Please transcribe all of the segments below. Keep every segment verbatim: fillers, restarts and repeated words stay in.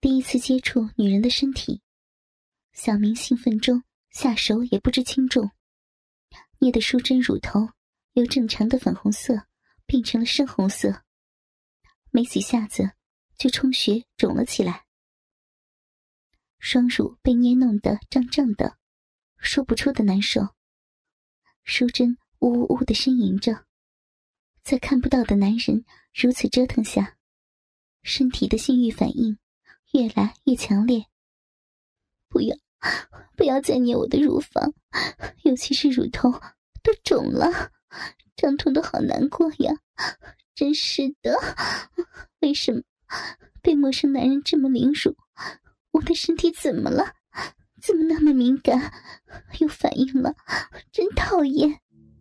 第一次接触女人的身体，小明兴奋中下手也不知轻重，捏的淑珍乳头由正常的粉红色变成了深红色，没几下子就充血肿了起来。双乳被捏弄得胀胀的，说不出的难受。淑珍呜呜呜地呻吟着，在看不到的男人如此折腾下，身体的性欲反应越来越强烈。不要，不要再捏我的乳房，尤其是乳头都肿了，胀痛的好难过呀！真是的，为什么被陌生男人这么凌辱？我的身体怎么了？怎么那么敏感？又反应了，真讨厌！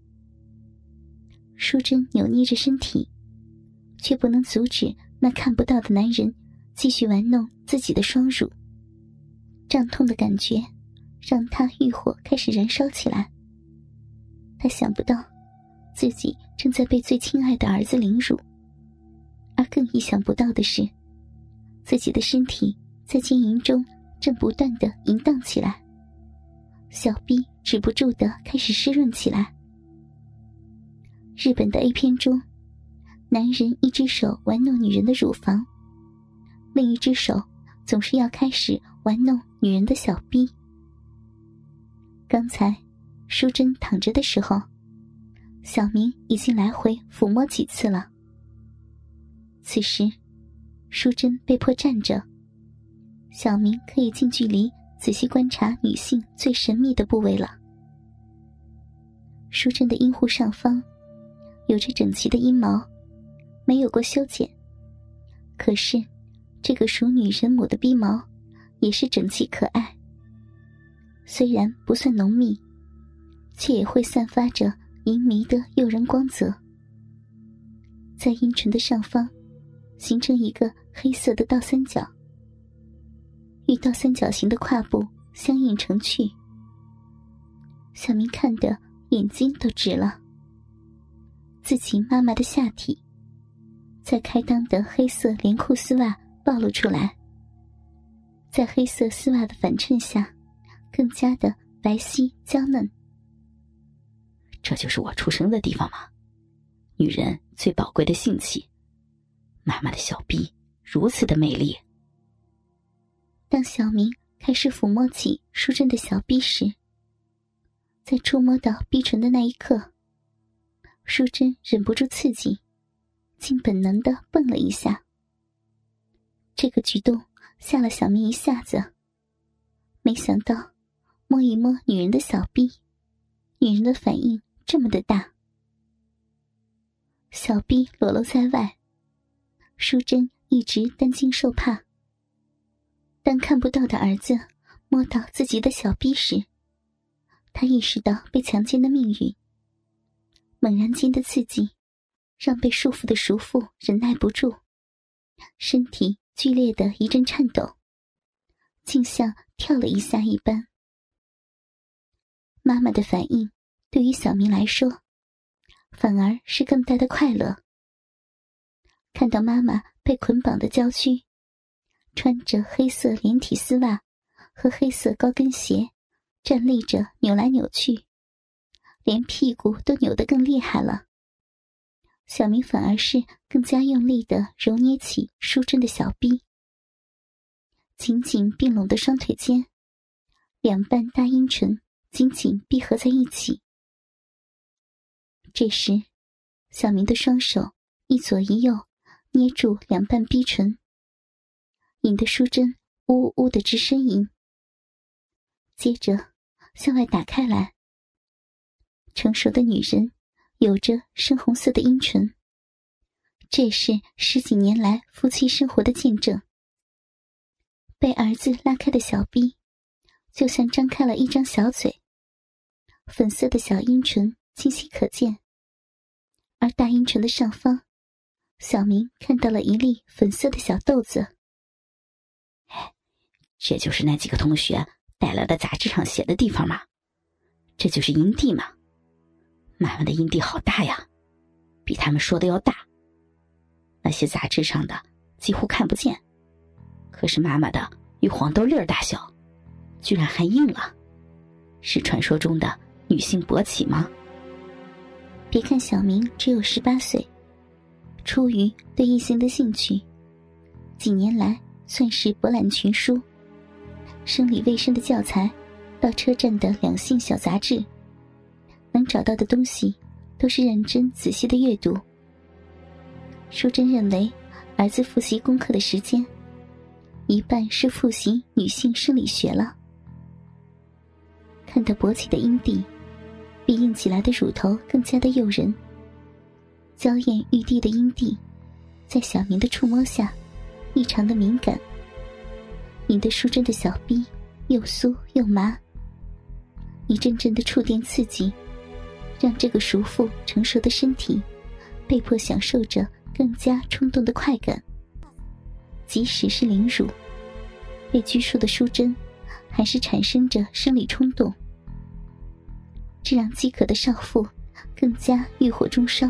淑珍扭捏着身体，却不能阻止那看不到的男人继续玩弄自己的双乳。胀痛的感觉让她欲火开始燃烧起来。她想不到自己正在被最亲爱的儿子凌辱，而更意想不到的是，自己的身体在奸淫中正不断地淫荡起来，小臂止不住地开始湿润起来。日本的 A 片中，男人一只手玩弄女人的乳房，另一只手总是要开始玩弄女人的小臂。刚才淑珍躺着的时候，小明已经来回抚摸几次了。此时淑珍被迫站着，小明可以近距离仔细观察女性最神秘的部位了。淑珍的阴户上方有着整齐的阴毛，没有过修剪，可是这个属女人母的逼毛也是整齐可爱，虽然不算浓密，却也会散发着淫迷的诱人光泽。在阴唇的上方形成一个黑色的倒三角，与倒三角形的胯部相映成趣。小明看得眼睛都直了，自己妈妈的下体在开裆的黑色连裤丝袜暴露出来，在黑色丝袜的反衬下更加的白皙娇嫩。 这就是我出生的地方吗？女人最宝贵的性器，妈妈的小臂如此的美丽。 当小明开始抚摸起淑珍的小臂时，在触摸到逼唇的那一刻，淑珍忍不住刺激，竟本能地蹦了一下。这个举动吓了小明一下子，没想到摸一摸女人的小臂，女人的反应这么的大。小臂裸露在外，淑珍一直担惊受怕。当看不到的儿子摸到自己的小臂时，他意识到被强奸的命运。猛然间的刺激让被束缚的叔父忍耐不住，身体剧烈的一阵颤抖，竟像跳了一下一般。妈妈的反应对于小明来说反而是更大的快乐。看到妈妈被捆绑的娇躯，穿着黑色连体丝袜和黑色高跟鞋站立着扭来扭去，连屁股都扭得更厉害了。小明反而是更加用力地揉捏起淑珍的小臂，紧紧并拢的双腿间，两瓣大阴唇紧紧闭合在一起。这时小明的双手一左一右捏住两瓣逼唇，引得淑珍呜呜的直呻吟，接着向外打开来。成熟的女人有着深红色的阴唇，这是十几年来夫妻生活的见证。被儿子拉开的小臂就像张开了一张小嘴，粉色的小阴唇清晰可见，而大阴唇的上方，小明看到了一粒粉色的小豆子。 这就是那几个同学带来的杂志上写的地方吗？这就是阴蒂吗？妈妈的阴蒂好大呀，比他们说的要大。那些杂志上的几乎看不见， 可是妈妈的与黄豆粒儿大小，居然还硬了，是传说中的女性勃起吗？ 别看小明只有十八岁，出于对异性的兴趣，几年来算是博览群书，生理卫生的教材到车站的两性小杂志，能找到的东西都是认真仔细的阅读。淑珍认为儿子复习功课的时间一半是复习女性生理学了。看到勃起的阴蒂比硬起来的乳头更加的诱人，娇艳欲滴的阴蒂在小明的触摸下异常的敏感，引得淑珍的小臂又酥又麻。一阵阵的触电刺激，让这个熟妇成熟的身体被迫享受着更加冲动的快感。即使是凌辱，被拘束的淑珍还是产生着生理冲动，这让饥渴的少妇更加欲火中烧。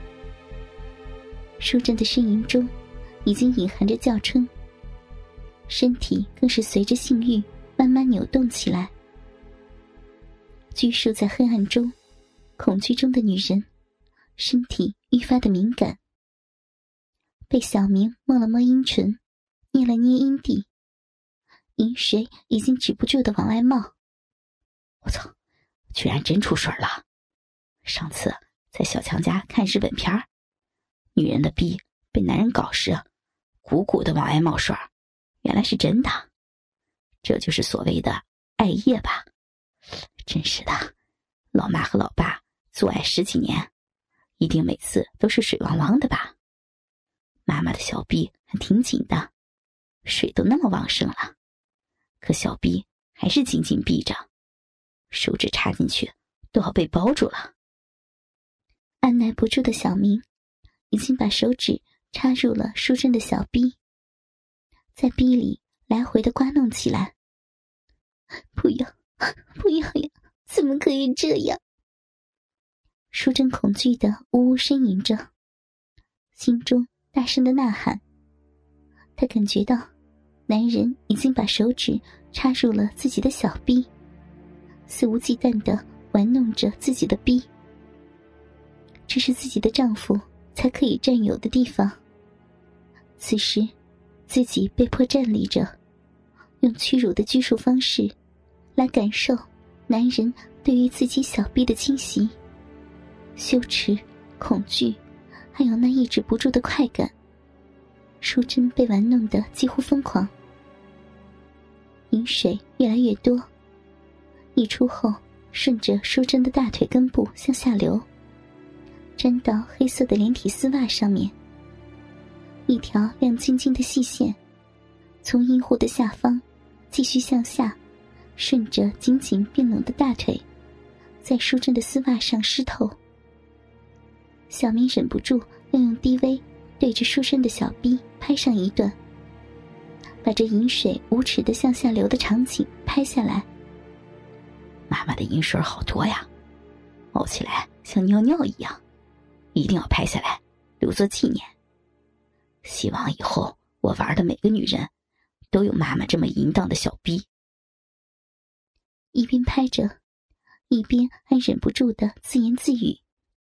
淑珍的呻吟中已经隐含着叫春，身体更是随着性欲慢慢扭动起来。拘束在黑暗中恐惧中的女人，身体愈发的敏感。被小明摸了摸阴唇，捏了捏阴蒂，饮水已经止不住的往外冒。 我操，居然真出水了！上次在小强家看日本片儿，女人的逼被男人搞时鼓鼓的往外冒水，原来是真的。这就是所谓的爱液吧？真是的，老妈和老爸做爱十几年，一定每次都是水汪汪的吧？妈妈的小臂还挺紧的，水都那么旺盛了，可小臂还是紧紧闭着，手指插进去都要被包住了。 按耐不住的小明已经把手指插入了淑珍的小臂，在逼里来回的刮弄起来。不要，不要呀，怎么可以这样？淑珍恐惧的呜呜呻吟着，心中大声的呐喊。她感觉到男人已经把手指插入了自己的小臂，肆无忌惮地玩弄着自己的臂。这是自己的丈夫才可以占有的地方，此时自己被迫站立着，用屈辱的拘束方式来感受男人对于自己小臂的侵袭。羞耻、恐惧，还有那抑制不住的快感，淑珍被玩弄得几乎疯狂。饮水越来越多，溢出后顺着淑珍的大腿根部向下流，沾到黑色的连体丝袜上面。一条亮晶晶的细线从阴户的下方继续向下，顺着紧紧并拢的大腿，在淑珍的丝袜上湿透。小明忍不住要用低微对着淑珍的小臂拍上一段，把这饮水无耻的向下流的场景拍下来。 妈妈的饮水好多呀，冒起来像尿尿一样，一定要拍下来留作纪念。希望以后我玩的每个女人都有妈妈这么淫荡的小逼。 一边拍着，一边还忍不住的自言自语，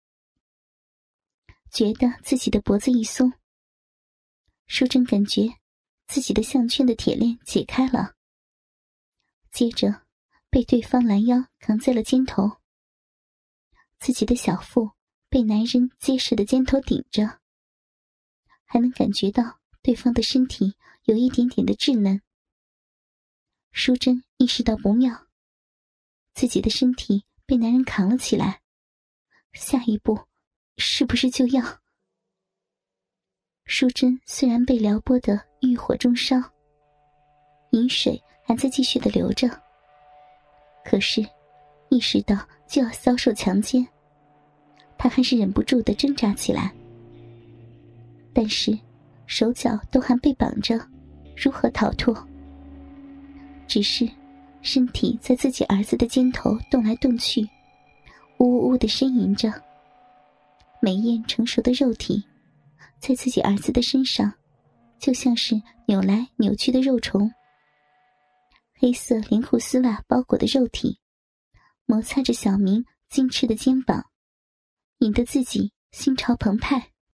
觉得自己的脖子一松，淑珍感觉自己的项圈的铁链解开了，接着被对方拦腰扛在了肩头。自己的小腹被男人结实的肩头顶着，还能感觉到对方的身体有一点点的稚嫩。淑珍意识到不妙，自己的身体被男人扛了起来，下一步是不是就要……淑珍虽然被撩拨得欲火中烧，饮水还在继续的流着，可是意识到就要遭受强奸，她还是忍不住的挣扎起来。但是手脚都还被绑着，如何逃脱？只是身体在自己儿子的肩头动来动去，呜呜呜地呻吟着。美艳成熟的肉体在自己儿子的身上就像是扭来扭去的肉虫。黑色连裤丝袜包裹的肉体摩擦着小明矜持的肩膀，引得自己心潮澎湃。